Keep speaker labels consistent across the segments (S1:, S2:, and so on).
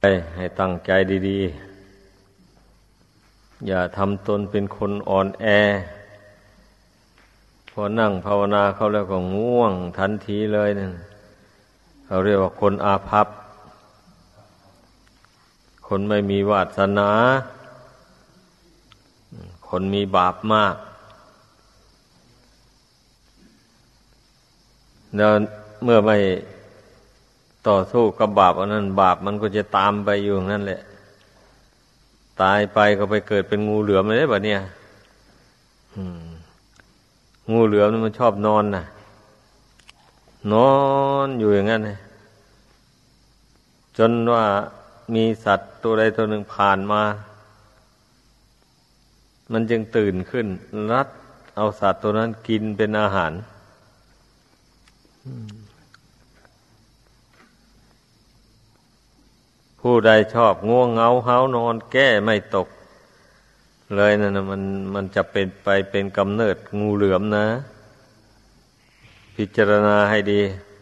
S1: ให้ตั้งใจดีๆอย่าทำตนเป็นคนอ่อนแอพอนั่งภาวนาเข้าแล้วก็ง่วงทันทีเลยนั่นเขาเรียกว่าคนอาภัพคนไม่มีวาสนาคนมีบาปมากแล้วเมื่อไม่ต่อสู้กับบาปอันนั้นบาปมันก็จะตามไปอยู่นั่นแหละตายไปก็ไปเกิดเป็นงูเหลือมเลยแบบเนี้ยงูเหลือมมันชอบนอนน่ะนอนอยู่อย่างนั้นเลยจนว่ามีสัตว์ตัวใดตัวหนึ่งผ่านมามันจึงตื่นขึ้นรัดเอาสัตว์ตัวนั้นกินเป็นอาหารผู้ใดชอบง่วงเหงาหาวนอนแก้ไม่ตกเลยนั่นนะมันจะเป็นกำเนิดงูเหลือมนะพิจารณาให้ดี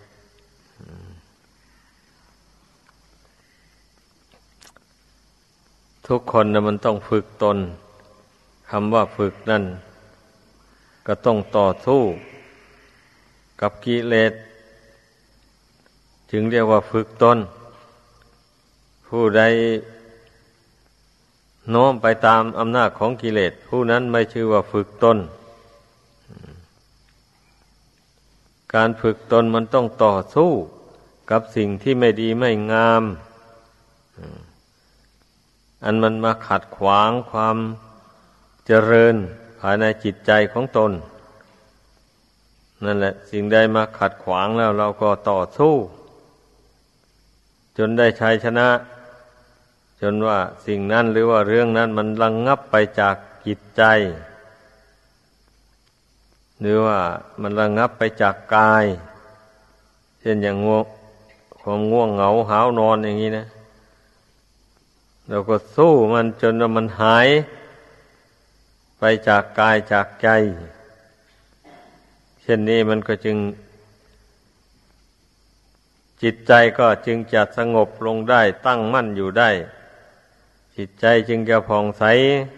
S1: ทุกคนนะมันต้องฝึกตนคำว่าฝึกนั่นก็ต้องต่อสู้กับกิเลสจึงเรียกว่าฝึกตนผู้ใดโน้มไปตามอำนาจของกิเลสผู้นั้นไม่ชื่อว่าฝึกตนการฝึกตนมันต้องต่อสู้กับสิ่งที่ไม่ดีไม่งามอันมันมาขัดขวางความเจริญภายในจิตใจของตนนั่นแหละสิ่งใดมาขัดขวางแล้วเราก็ต่อสู้จนได้ชัยชนะจนว่าสิ่งนั้นหรือว่าเรื่องนั้นมันระงับไปจากจิตใจหรือว่ามันระงับไปจากกายเช่นอย่างความง่วงเหงาหาวนอนอย่างนี้นะเราก็สู้มันจนว่ามันหายไปจากกายจากใจเช่นนี้มันก็จึงจิตใจก็จึงจะสงบลงได้ตั้งมั่นอยู่ได้จิตใจจึงจะผ่องใส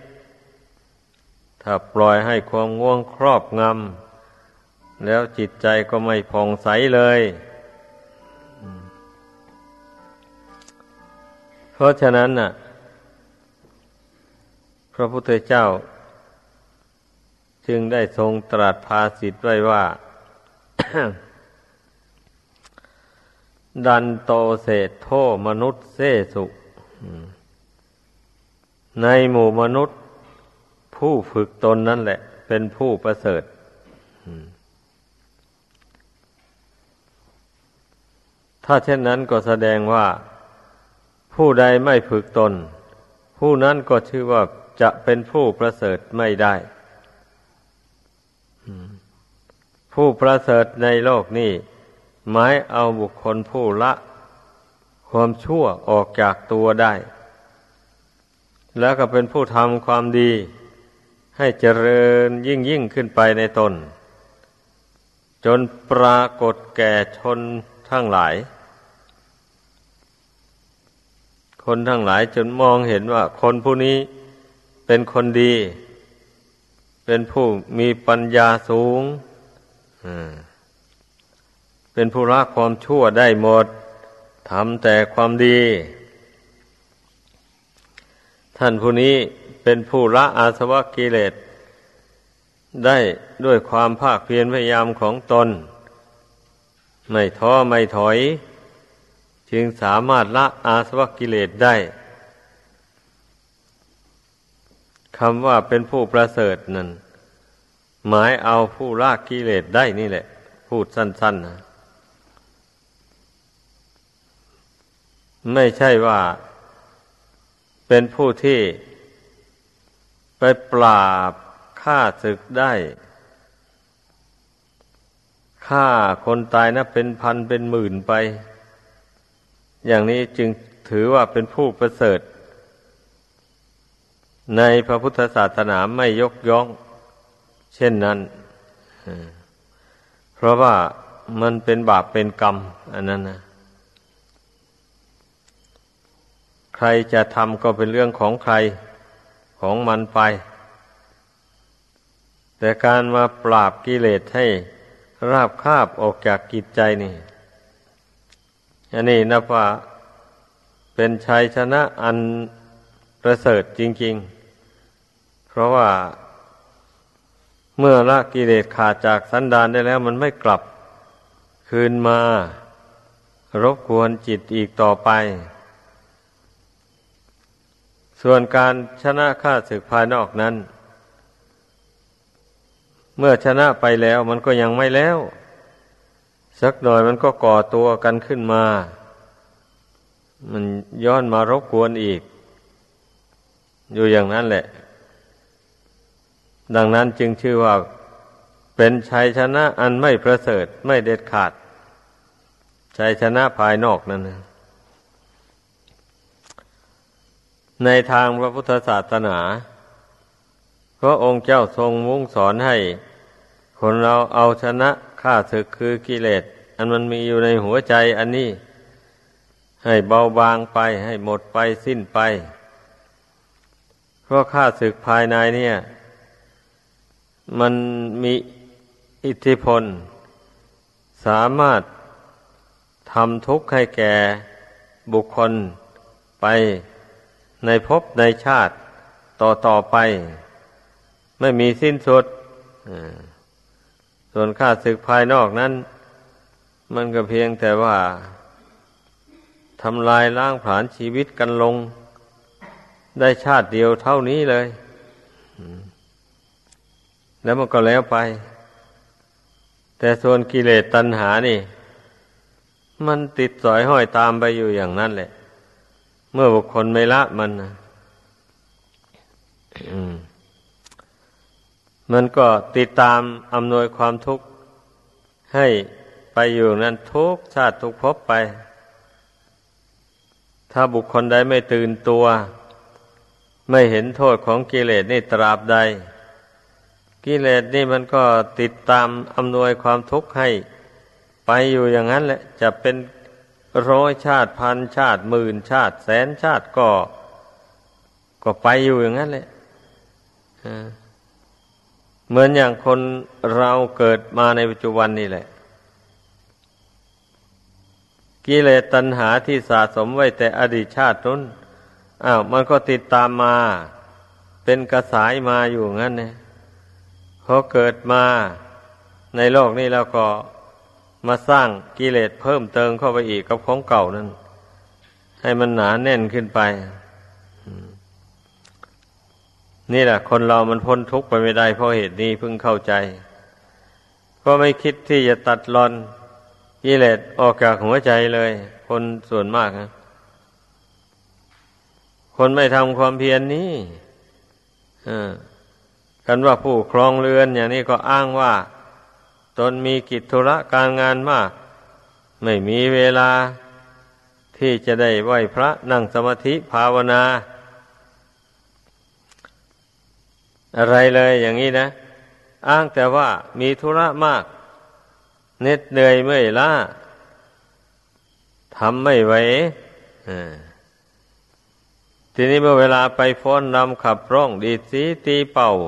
S1: ถ้าปล่อยให้ความง่วงครอบงำแล้วจิตใจก็ไม่ผ่องใสเลยเพราะฉะนั้นน่ะพระพุทธเจ้าจึงได้ทรงตรัสภาษิตไว้ว่า ดันโตเศธโธมนุษย์เสสุในหมู่มนุษย์ผู้ฝึกตนนั่นแหละเป็นผู้ประเสริฐถ้าเช่นนั้นก็แสดงว่าผู้ใดไม่ฝึกตนผู้นั้นก็ชื่อว่าจะเป็นผู้ประเสริฐไม่ได้ผู้ประเสริฐในโลกนี้หมายเอาบุคคลผู้ละความชั่วออกจากตัวได้แล้วก็เป็นผู้ทำความดีให้เจริญยิ่งขึ้นไปในตนจนปรากฏแก่ชนทั้งหลายคนทั้งหลายจนมองเห็นว่าคนผู้นี้เป็นคนดีเป็นผู้มีปัญญาสูงเป็นผู้ละความชั่วได้หมดทำแต่ความดีท่านผู้นี้เป็นผู้ละอาสวะกิเลสได้ด้วยความภาคเพียรพยายามของตนไม่ท้อไม่ถอยจึงสามารถละอาสวะกิเลสได้คำว่าเป็นผู้ประเสริฐนั่นหมายเอาผู้ละกิเลสได้นี่แหละพูดสั้นๆนะไม่ใช่ว่าเป็นผู้ที่ไปปราบฆ่าศึกได้ฆ่าคนตายนะเป็นพันเป็นหมื่นไปอย่างนี้จึงถือว่าเป็นผู้ประเสริฐในพระพุทธศาสนาไม่ยกย่องเช่นนั้นเพราะว่ามันเป็นบาปเป็นกรรมอันนั้นนะใครจะทำก็เป็นเรื่องของใครของมันไปแต่การมาปราบกิเลสให้ราบคาบออกจากจิตใจนี่อันนี้นับว่าเป็นชัยชนะอันประเสริฐจริงๆเพราะว่าเมื่อละกิเลสขาดจากสันดานได้แล้วมันไม่กลับคืนมารบกวนจิตอีกต่อไปส่วนการชนะข้าศึกภายนอกนั้นเมื่อชนะไปแล้วมันก็ยังไม่แล้วสักหน่อยมันก็ก่อตัวกันขึ้นมามันย้อนมารบกวนอีกอยู่อย่างนั้นแหละดังนั้นจึงชื่อว่าเป็นชัยชนะอันไม่ประเสริฐไม่เด็ดขาดชัยชนะภายนอกนั่นนะในทางพระพุทธศาสนาพระองค์เจ้าทรงมุ่งสอนให้คนเราเอาชนะข้าศึกคือกิเลสอันมันมีอยู่ในหัวใจอันนี้ให้เบาบางไปให้หมดไปสิ้นไปเพราะข้าศึกภายในเนี่ยมันมีอิทธิพลสามารถทำทุกข์ให้แก่บุคคลไปในภพในชาติต่อไปไม่มีสิ้นสุดส่วนข้าศึกภายนอกนั้นมันก็เพียงแต่ว่าทำลายล้างผลาญชีวิตกันลงได้ชาติเดียวเท่านี้เลยแล้วมันก็แล้วไปแต่ส่วนกิเลสตัณหานี่มันติดสอยห้อยตามไปอยู่อย่างนั้นแหละเมื่อบุคคลไม่ละมันมันก็ติดตามอำนวยความทุกข์ให้ไปอยู่นั้นทุกชาติทุกภพไปถ้าบุคคลใดไม่ตื่นตัวไม่เห็นโทษของกิเลสนี่ตราบใดกิเลสนี่มันก็ติดตามอำนวยความทุกข์ให้ไปอยู่อย่างนั้นแหละจะเป็นร้อยชาติพันชาติหมื่นชาติแสนชาติก็ไปอยู่อย่างนั้นแหละเหมือนอย่างคนเราเกิดมาในปัจจุบันนี่แหละกิเลสตัณหาที่สะสมไว้แต่อดีตชาตินั้นมันก็ติดตามมาเป็นกระสายมาอยู่งั้นเนี่ยพอเกิดมาในโลกนี้แล้วก็มาสร้างกิเลสเพิ่มเติมเข้าไปอีกกับของเก่านั้นให้มันหนาแน่นขึ้นไปนี่แหละคนเรามันพ้นทุกข์ไปไม่ได้เพราะเหตุนี้เพิ่งเข้าใจก็ไม่คิดที่จะตัดรอนกิเลสออกจากหัวใจเลยคนส่วนมากนะคนไม่ทำความเพียร นี้กันว่าผู้ครองเรือนอย่างนี้ก็อ้างว่าตนมีกิจธุระการงานมากไม่มีเวลาที่จะได้ไหว้พระนั่งสมาธิภาวนาอะไรเลยอย่างนี้นะอ้างแต่ว่ามีธุระมากเหน็ดเหนื่อยเมื่อยล้าทำไม่ไหวทีนี้เมื่อเวลาไปฟ้อนรำขับร้องดีดสีตีเป่า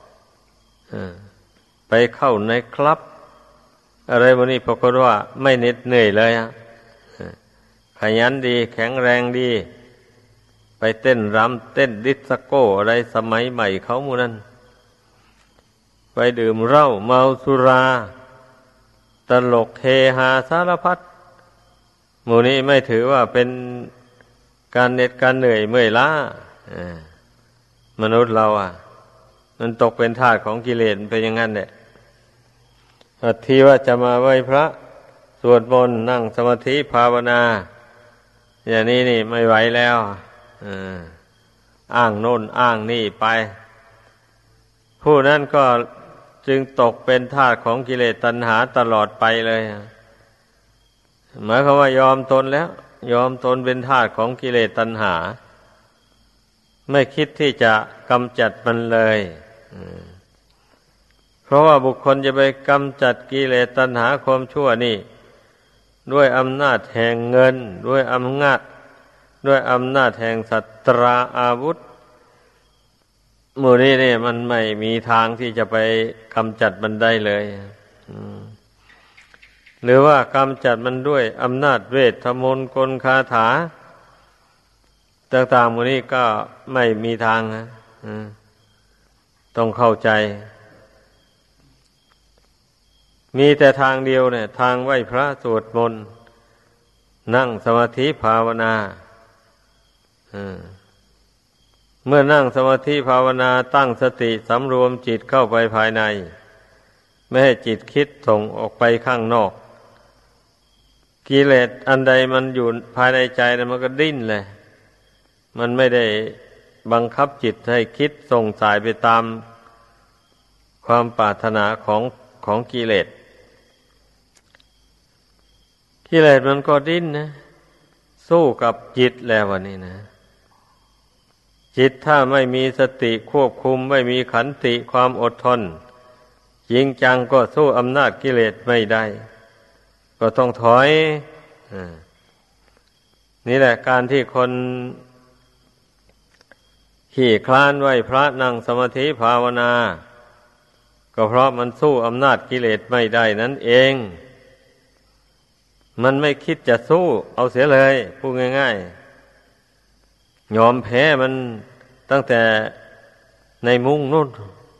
S1: ไปเข้าในคลับอะไรพวกนี้ปรากฏว่าไม่เหน็ดเหนื่อยเลยขยันดีแข็งแรงดีไปเต้นรำเต้นดิสโก้อะไรสมัยใหม่เขาหมู่นั้นไปดื่มเหล้าเมาสุราตลกเฮฮาสารพัดหมู่นี้ไม่ถือว่าเป็นการเหน็ดการเหนื่อยเมื่อยล้ามนุษย์เรามันตกเป็นทาสของกิเลสเป็นอย่างนั้นแหละที่ว่าจะมาไหว้พระสวดมนต์นั่งสมาธิภาวนาอย่างนี้นี่ไม่ไหวแล้วอ้างโน่นอ้างนี่ไปผู้นั้นก็จึงตกเป็นทาสของกิเลสตัณหาตลอดไปเลยหมายความว่ายอมตนแล้วยอมตนเป็นทาสของกิเลสตัณหาไม่คิดที่จะกำจัดมันเลยเพราะว่าบุคคลจะไปกำจัดกิเลสตัณหาความชั่วนี่ด้วยอำนาจแห่งเงินด้วยอำนาจด้วยอำนาจแห่งสัตราอาวุธหมู่นี้เนี่ยมันไม่มีทางที่จะไปกำจัดมันได้เลยหรือว่ากำจัดมันด้วยอำนาจเวทมนต์กลคาถาต่างๆหมู่นี้ก็ไม่มีทางนะต้องเข้าใจมีแต่ทางเดียวเนี่ยทางไหว้พระสวดมนต์นั่งสมาธิภาวนาเมื่อนั่งสมาธิภาวนาตั้งสติสำรวมจิตเข้าไปภายในไม่ให้จิตคิดส่งออกไปข้างนอกกิเลสอันใดมันอยู่ภายในใจนะมันก็ดิ้นเลยมันไม่ได้บังคับจิตให้คิดส่งสายไปตามความปรารถนาของกิเลสมันก็ดิ้นนะสู้กับจิตแล้ววันนี้นะจิตถ้าไม่มีสติควบคุมไม่มีขันติความอดทนจริงจังก็สู้อำนาจกิเลสไม่ได้ก็ต้องถอยนี่แหละการที่คนขี่คลานไหวพระนั่งสมาธิภาวนาก็เพราะมันสู้อำนาจกิเลสไม่ได้นั่นเองมันไม่คิดจะสู้เอาเสียเลยพูดง่ายๆยอมแพ้มันตั้งแต่ในมุ้งนู่น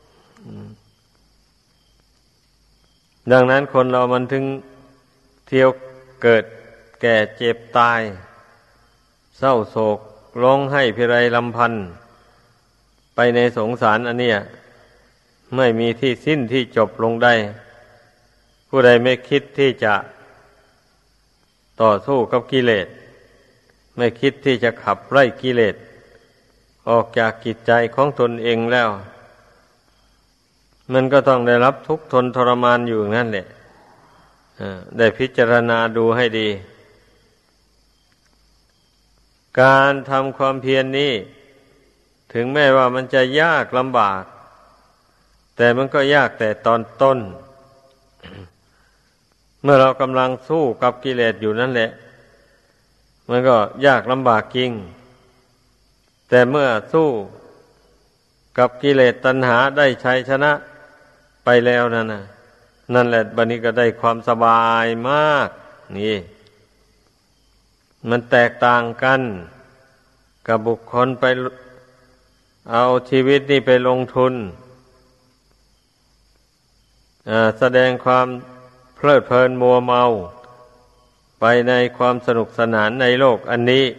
S1: ดังนั้นคนเรามันถึงเที่ยวเกิดแก่เจ็บตายเศร้าโศกร้องไห้พิไรลำพันธ์ไปในสงสารอันเนี้ยไม่มีที่สิ้นที่จบลงได้ผู้ใดไม่คิดที่จะต่อสู้กับกิเลสไม่คิดที่จะขับไล่กิเลสออกจากจิตใจของตนเองแล้วมันก็ต้องได้รับทุกข์ทนทรมานอยู่นั่นแหละได้พิจารณาดูให้ดีการทำความเพียรนี้ถึงแม้ว่ามันจะยากลำบากแต่มันก็ยากแต่ตอนต้น เมื่อเรากำลังสู้กับกิเลสอยู่นั่นแหละมันก็ยากลำบากจริงแต่เมื่อสู้กับกิเลสตัณหาได้ชัยชนะไปแล้วนั่นแหละบัดนี้ก็ได้ความสบายมากนี่มันแตกต่างกันกับบุคคลไปเอาชีวิตนี่ไปลงทุนแสดงความเพลิดเพลินมัวเมาไปในความสนุกสนานในโลกอันนี้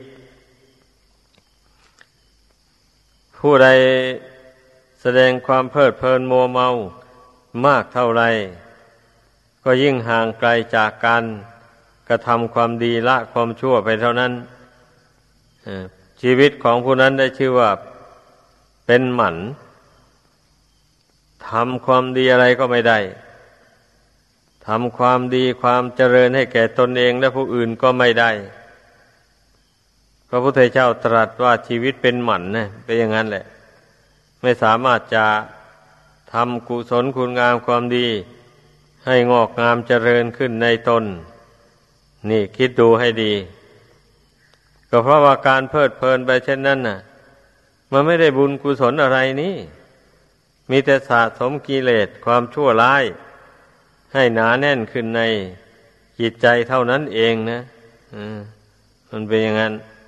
S1: ผู้ใดแสดงความเพลิดเพลินมัวเมามากเท่าไรก็ยิ่งห่างไกลจากการกระทำความดีละความชั่วไปเท่านั้นชีวิตของผู้นั้นได้ชื่อว่าเป็นหมันทำความดีอะไรก็ไม่ได้ทำความดีความเจริญให้แก่ตนเองและผู้อื่นก็ไม่ได้พระพุทธเจ้าตรัสว่าชีวิตเป็นหมันนะเป็นอย่างนั้นแหละไม่สามารถจะทำกุศลคุณงามความดีให้งอกงามเจริญขึ้นในตนนี่คิดดูให้ดีก็เพราะว่าการเพลิดเพลินไปเช่นนั้นน่ะมันไม่ได้บุญกุศลอะไรนี่มีแต่สะสมกิเลสความชั่วร้ายให้หนาแน่นขึ้นในจิตใจเท่านั้นเองนะมันเป็นอย่างนั้น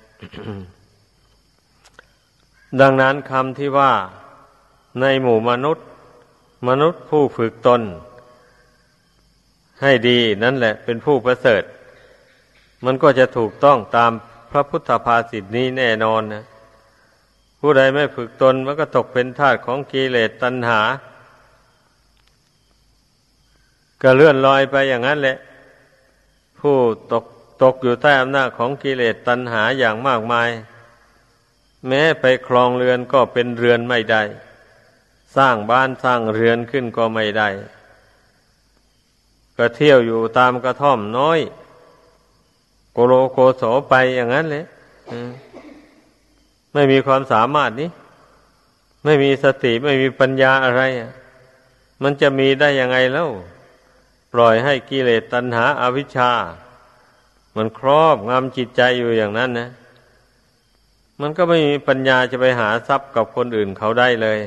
S1: ดังนั้นคำที่ว่าในหมู่มนุษย์ผู้ฝึกตนให้ดีนั่นแหละเป็นผู้ประเสริฐมันก็จะถูกต้องตามพระพุทธภาษิตนี้แน่นอนนะผู้ใดไม่ฝึกตนมันก็ตกเป็นทาสของกิเลสตัณหาก็เลื่อนลอยไปอย่างนั้นแหละผู้ตกอยู่ใต้อำนาจของกิเลสตัณหาอย่างมากมายแม้ไปครองเรือนก็เป็นเรือนไม่ได้สร้างบ้านสร้างเรือนขึ้นก็ไม่ได้ก็เที่ยวอยู่ตามกระท่อมน้อยโกโลโกโสไปอย่างนั้นเลยไม่มีความสามารถนี้ไม่มีสติไม่มีปัญญาอะไรมันจะมีได้ยังไงแล้วปล่อยให้กิเลสตัณหาอวิชชามันครอบงำจิตใจอยู่อย่างนั้นนะมันก็ไม่มีปัญญาจะไปหาทรัพย์กับคนอื่นเขาได้เลย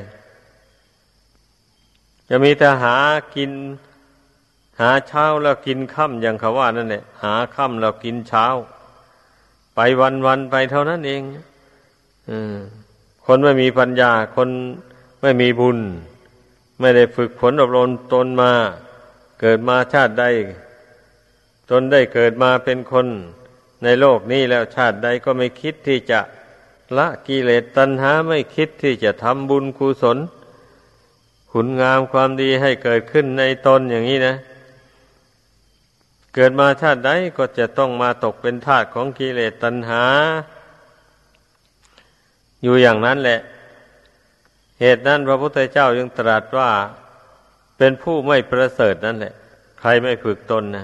S1: จะมีแต่หากินหาเช้าแล้วกินค่ำอย่างเขาว่านั่นแหละหาค่ำแล้วกินเช้าไปวันๆไปเท่านั้นเองคนไม่มีปัญญาคนไม่มีบุญไม่ได้ฝึกฝนอบรมตนมาเกิดมาชาติใดตนได้เกิดมาเป็นคนในโลกนี้แล้วชาติใดก็ไม่คิดที่จะละกิเลสตัณหาไม่คิดที่จะทำบุญกุศลคุณงามความดีให้เกิดขึ้นในตนอย่างนี้นะเกิดมาชาติใดก็จะต้องมาตกเป็นทาสของกิเลสตัณหาอยู่อย่างนั้นแหละเหตุนั้นพระพุทธเจ้าจึงตรัสว่าเป็นผู้ไม่ประเสริฐนั่นแหละใครไม่ฝึกตนนะ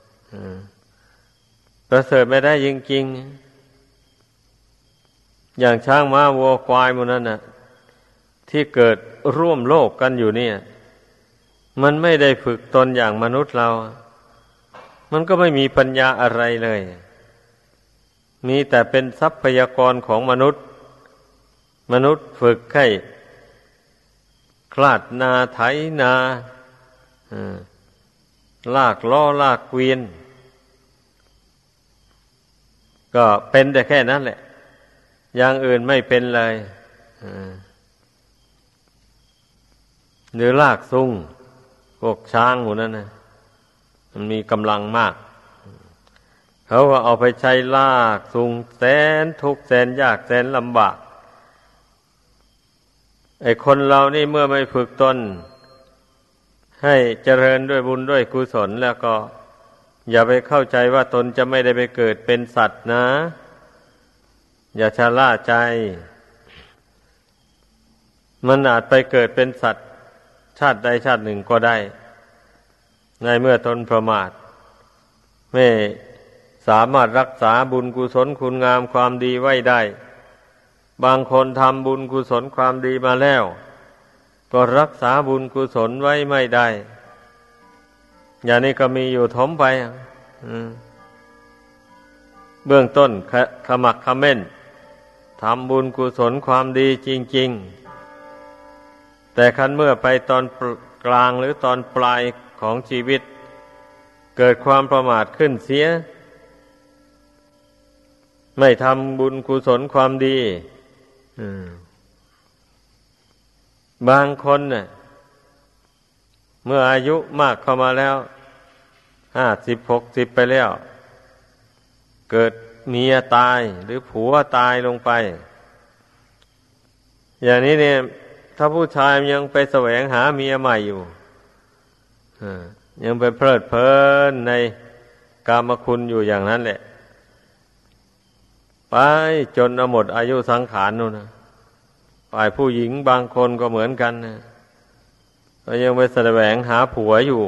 S1: ประเสริฐไม่ได้จริงๆอย่างช้างม้าวัวควายหมดนั้นน่ะที่เกิดร่วมโลกกันอยู่เนี่ยมันไม่ได้ฝึกตนอย่างมนุษย์เรามันก็ไม่มีปัญญาอะไรเลยมีแต่เป็นทรัพยากรของมนุษย์ฝึกให้คลาดนาไถนาลากล้อลากเกวียนก็เป็นแต่แค่นั้นแหละอย่างอื่นไม่เป็นเลยหรือลากซุงพวกช้างหมู่นั้นนะมันมีกำลังมากเขาก็เอาไปใช้ลากซุงแสนทุกข์แสนยากแสนลำบากไอ้คนเรานี่เมื่อไม่ฝึกตนให้เจริญด้วยบุญด้วยกุศลแล้วก็อย่าไปเข้าใจว่าตนจะไม่ได้ไปเกิดเป็นสัตว์นะอย่าชะล่าใจมันอาจไปเกิดเป็นสัตว์ชาติใดชาติหนึ่งก็ได้ในเมื่อตนประมาทไม่สามารถรักษาบุญกุศลคุณงามความดีไว้ได้บางคนทำบุญกุศลความดีมาแล้วก็รักษาบุญกุศลไว้ไม่ได้อย่างนี้ก็มีอยู่ถมไปเบื้องต้นขมักเขม้นทำบุญกุศลความดีจริงๆแต่คันเมื่อไปตอนกลางหรือตอนปลายของชีวิตเกิดความประมาทขึ้นเสียไม่ทำบุญกุศลความดีบางคนเนี่ยเมื่ออายุมากเข้ามาแล้ว50-60ไปแล้วเกิดเมียตายหรือผัวตายลงไปอย่างนี้เนี่ยถ้าผู้ชายยังไปแสวงหาเมียใหม่อยู่ยังไปเพลิดเพลินในกามคุณอยู่อย่างนั้นแหละไปจนหมดอายุสังขารนู่นนะฝ่ายผู้หญิงบางคนก็เหมือนกันนะก็ยังไปแสวงหาผัวอยู่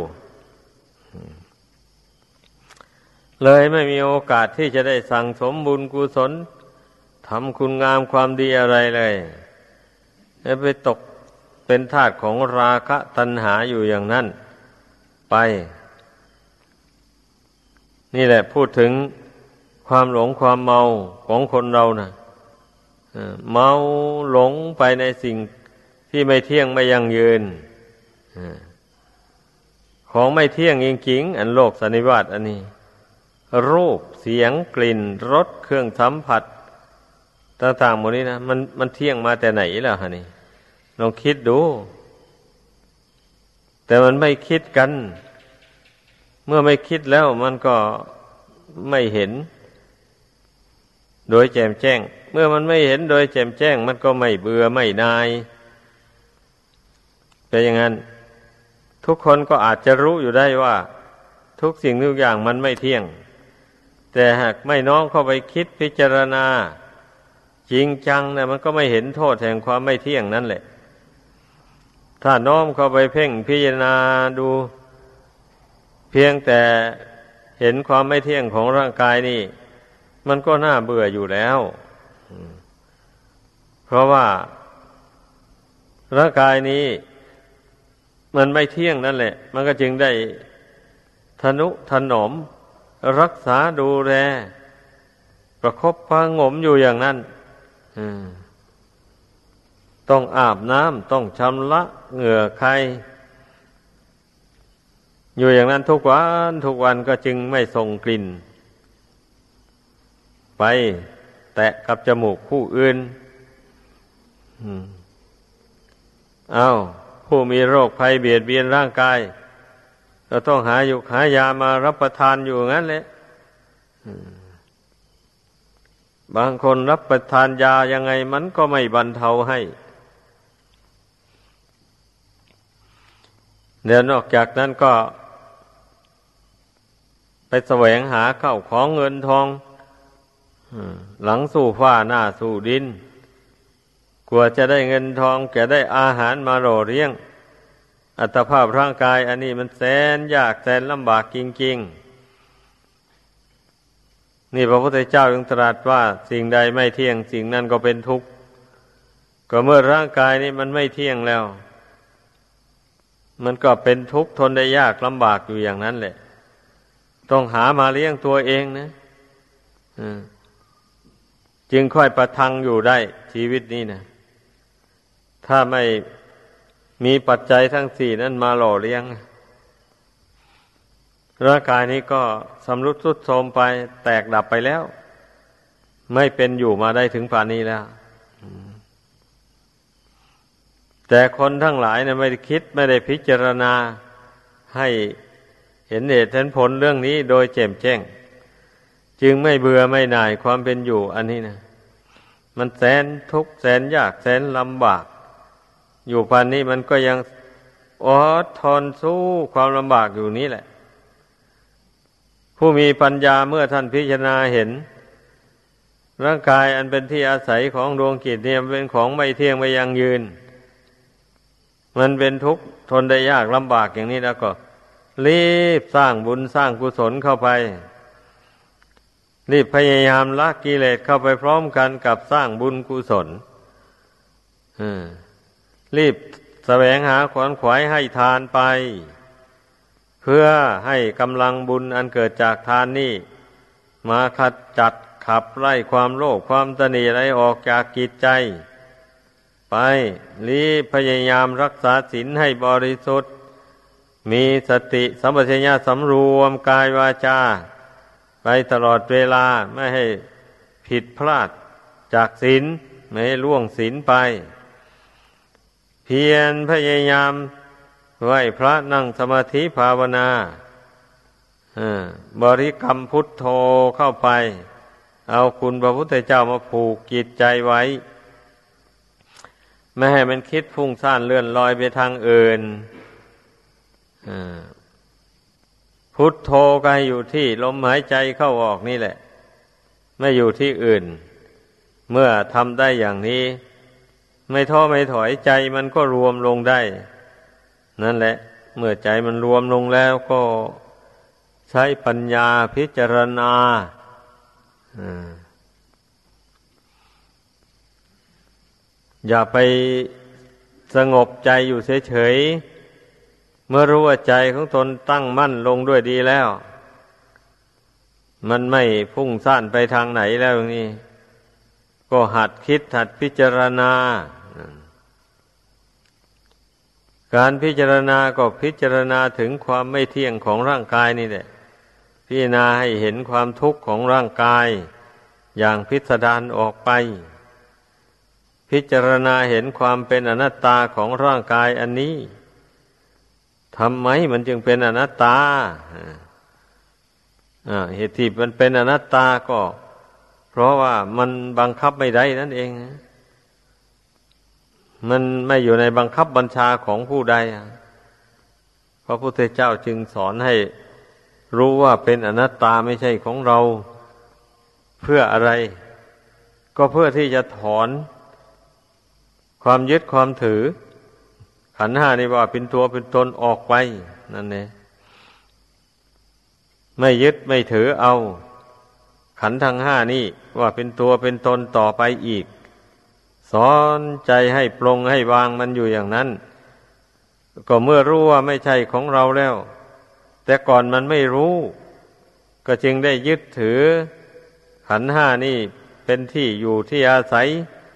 S1: เลยไม่มีโอกาสที่จะได้สั่งสมบุญกุศลทำคุณงามความดีอะไรเลยไปตกเป็นทาสของราคะตัณหาอยู่อย่างนั้นไปนี่แหละพูดถึงความหลงความเมาของคนเรานะเมาหลงไปในสิ่งที่ไม่เที่ยงไม่ยั่งยืนของไม่เที่ยงจริงๆอันโลกสันนิวาตอันนี้รูปเสียงกลิ่นรสเครื่องสัมผัสต่างๆหมดนี้นะมันเที่ยงมาแต่ไหนล่ะฮะนี่ลองคิดดูแต่มันไม่คิดกันเมื่อไม่คิดแล้วมันก็ไม่เห็นโดยแจ่มแจ้งเมื่อมันไม่เห็นโดยแจ่มแจ้งมันก็ไม่เบื่อไม่นายเป็นอย่างนั้นทุกคนก็อาจจะรู้อยู่ได้ว่าทุกสิ่งทุกอย่างมันไม่เที่ยงแต่หากไม่น้อมเข้าไปคิดพิจารณาจริงจังนะมันก็ไม่เห็นโทษแห่งความไม่เที่ยงนั่นแหละถ้าน้อมเข้าไปเพ่งพิจารณาดูเพียงแต่เห็นความไม่เที่ยงของร่างกายนี่มันก็น่าเบื่ออยู่แล้วเพราะว่าร่างกายนี้มันไม่เที่ยงนั่นแหละมันก็จึงได้ทนุถนอมรักษาดูแลประคบประหงมอยู่อย่างนั้นต้องอาบน้ำต้องชำระเหงื่อใครอยู่อย่างนั้นทุกวันก็จึงไม่ส่งกลิ่นไปแตะกับจมูกผู้อื่นผู้มีโรคภัยเบียดเบียนร่างกายเราต้องหายามารับประทานอยู่งั้นแหละบางคนรับประทานยายังไงมันก็ไม่บรรเทาให้เดี๋ยวนอกจากนั้นก็ไปแสวงหาข้าวของเงินทองหลังสู่ฟ้าหน้าสู่ดินกว่าจะได้เงินทองจะได้อาหารมาหล่อเลี้ยงอัตภาพร่างกายอันนี้มันแสนยากแสนลำบากจริงๆนี่พระพุทธเจ้าจึงตรัสว่าสิ่งใดไม่เที่ยงสิ่งนั้นก็เป็นทุกข์ก็เมื่อร่างกายนี้มันไม่เที่ยงแล้วมันก็เป็นทุกข์ทนได้ยากลำบากอยู่อย่างนั้นแหละต้องหามาเลี้ยงตัวเองนะจึงค่อยประทังอยู่ได้ชีวิตนี้นะถ้าไม่มีปัจจัยทั้งสี่นั้นมาหล่อเลี้ยงร่างกายนี้ก็สำรุดทรุดโทรมไปแตกดับไปแล้วไม่เป็นอยู่มาได้ถึงป่านนี้แล้วแต่คนทั้งหลายเนี่ยไม่ได้คิดไม่ได้พิจารณาให้เห็นเหตุเห็นผลเรื่องนี้โดยแจ่มแจ้งจึงไม่เบื่อไม่หน่ายความเป็นอยู่อันนี้นะมันแสนทุกข์แสนยากแสนลำบากอยู่ป่านนี้มันก็ยังอดทนสู้ความลำบากอยู่นี้แหละผู้มีปัญญาเมื่อท่านพิจารณาเห็นร่างกายอันเป็นที่อาศัยของดวงกิจเนี่ยเป็นของไม่เที่ยงไม่ยั่งยืนมันเป็นทุกข์ทนได้ยากลำบากอย่างนี้แล้วก็รีบสร้างบุญสร้างกุศลเข้าไปรีบพยายามละกิเลสเข้าไปพร้อมกันกับสร้างบุญกุศลรีบแสวงหาขวนขวายให้ทานไปเพื่อให้กำลังบุญอันเกิดจากทานนี้มาขจัดขับไล่ความโลภความตณีอะไรออกจากจิตใจไปรีบพยายามรักษาศีลให้บริสุทธิ์มีสติสัมปชัญญะสำรวมกายวาจาไปตลอดเวลาไม่ให้ผิดพลาดจากศีลไม่ให้ล่วงศีลไปเพียรพยายามไหว้พระนั่งสมาธิภาวนาบริกรรมพุทโธเข้าไปเอาคุณพระพุทธเจ้ามาผูกจิตใจไว้ไม่ให้มันคิดฟุ้งซ่านเลื่อนลอยไปทางอื่นพุทโธก็ให้อยู่ที่ลมหายใจเข้าออกนี่แหละไม่อยู่ที่อื่นเมื่อทำได้อย่างนี้ไม่ท้อไม่ถอยใจมันก็รวมลงได้นั่นแหละเมื่อใจมันรวมลงแล้วก็ใช้ปัญญาพิจารณาอย่าไปสงบใจอยู่เฉยๆเมื่อรู้ว่าใจของตนตั้งมั่นลงด้วยดีแล้วมันไม่พุ่งซ่านไปทางไหนแล้วนี่ก็หัดคิดหัดพิจารณาการพิจารณาก็พิจารณาถึงความไม่เที่ยงของร่างกายนี่แหละพิจารณาให้เห็นความทุกข์ของร่างกายอย่างพิสดารออกไปพิจารณาเห็นความเป็นอนัตตาของร่างกายอันนี้ทำไมมันจึงเป็นอนัตตาเหตุที่มันเป็นอนัตตาก็เพราะว่ามันบังคับไม่ได้นั่นเองมันไม่อยู่ในบังคับบัญชาของผู้ใดพระพุทธเจ้าจึงสอนให้รู้ว่าเป็นอนัตตาไม่ใช่ของเราเพื่ออะไรก็เพื่อที่จะถอนความยึดความถือขันธ์ห้านี่ว่าเป็นตัวเป็นตนออกไปนั่นเองไม่ยึดไม่ถือเอาขันธ์ทั้งห้านี่ว่าเป็นตัวเป็นตนต่อไปอีกสอนใจให้ปลงให้วางมันอยู่อย่างนั้นก็เมื่อรู้ว่าไม่ใช่ของเราแล้วแต่ก่อนมันไม่รู้ก็จึงได้ยึดถือขันธ์ห้านี่เป็นที่อยู่ที่อาศัย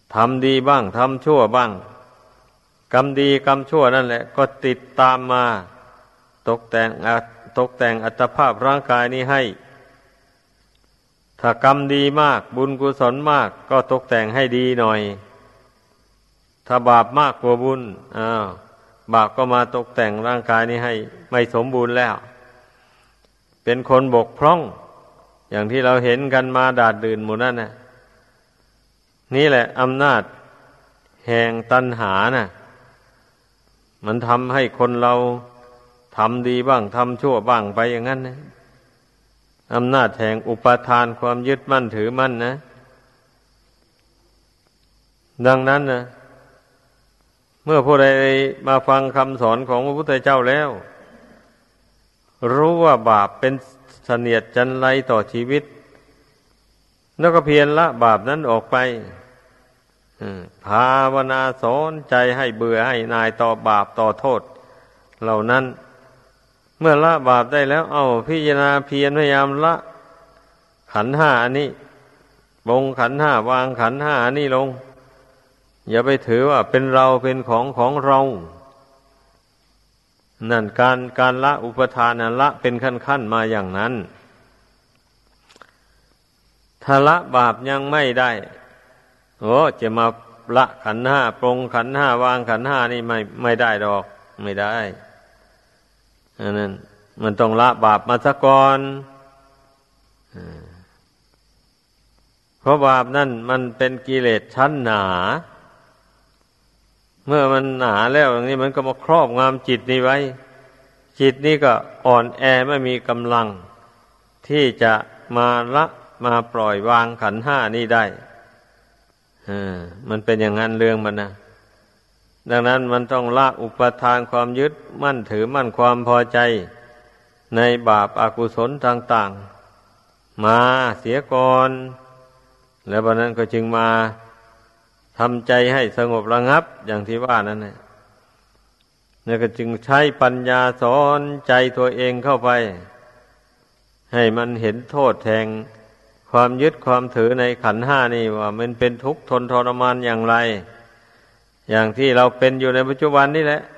S1: ทำดีบ้างทำชั่วบ้างกรรมดีกรรมชั่วนั่นแหละก็ติดตามมาตกแต่งอัตภาพร่างกายนี้ให้ถ้ากรรมดีมากบุญกุศลมากก็ตกแต่งให้ดีหน่อยถ้าบาปมากกว่าบุญบาปก็มาตกแต่งร่างกายนี้ให้ไม่สมบูรณ์แล้วเป็นคนบกพร่องอย่างที่เราเห็นกันมาดาดดื่นหมดนั่นน่ะนี่แหละอำนาจแห่งตัณหาน่ะมันทำให้คนเราทำดีบ้างทำชั่วบ้างไปอย่างนั้นนะอำนาจแห่งอุปาทานความยึดมั่นถือมั่นนะดังนั้นนะเมื่อผู้ใดมาฟังคำสอนของพระพุทธเจ้าแล้วรู้ว่าบาปเป็นเสนียดจันไรต่อชีวิตแล้วก็เพียรละบาปนั้นออกไปภาวนาสอนใจให้เบื่อให้นายต่อบาปต่อโทษเหล่านั้นเมื่อละบาปได้แล้วพิจารณาเพียรพยายามละขันธ์ห้าอันนี้ลงขันธ์ห้าวางขันธ์ห้าอันนี้ลงอย่าไปถือว่าเป็นเราเป็นของเรานั่นการละอุปทานละเป็นขั้นมาอย่างนั้นถ้าละบาปยังไม่ได้จะมาละขันธ์ห้าปรงขันธ์ห้าวางขันธ์ห้านี่ไม่ได้ดอกไม่ได้อันนั้นมันต้องละบาปมาซะก่อนเพราะบาปนั่นมันเป็นกิเลสชั้นหนาเมื่อมันหนาแล้วอย่างนี้มันก็มาครอบงำจิตนี้ไว้จิตนี้ก็อ่อนแอไม่มีกำลังที่จะมาละมาปล่อยวางขันธ์ห้านี้ได้มันเป็นอย่างนั้นเรื่องมันนะดังนั้นมันต้องละอุปทานความยึดมั่นถือมั่นความพอใจในบาปอกุศลต่างๆมาเสียก่อนแล้ววันนั้นก็จึงมาทำใจให้สงบระงับอย่างที่ว่านั่นแหละแล้วก็จึงใช้ปัญญาสอนใจตัวเองเข้าไปให้มันเห็นโทษแห่งความยึดความถือในขันธ์ห้านี่ว่ามันเป็นทุกข์ทนทรมานอย่างไรอย่างที่เราเป็นอยู่ในปัจจุบันนี่แหละ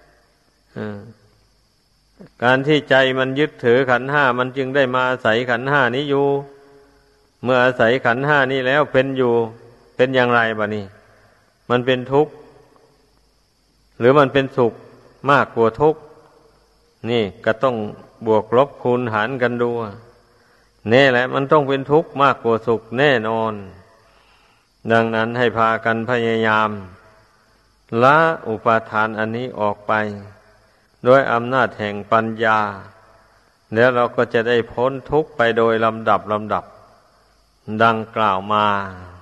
S1: การที่ใจมันยึดถือขันธ์ห้ามันจึงได้มาอาศัยขันธ์ห้านี้อยู่เมื่ออาศัยขันธ์ห้านี้แล้วเป็นอยู่เป็นอย่างไรบะนี่มันเป็นทุกข์หรือมันเป็นสุขมากกว่าทุกข์นี่ก็ต้องบวกลบคูณหารกันดูแน่แหละมันต้องเป็นทุกข์มากกว่าสุขแน่นอนดังนั้นให้พากันพยายามละอุปาทานอันนี้ออกไปด้วยอำนาจแห่งปัญญาแล้วเราก็จะได้พ้นทุกข์ไปโดยลำดับดังกล่าวมา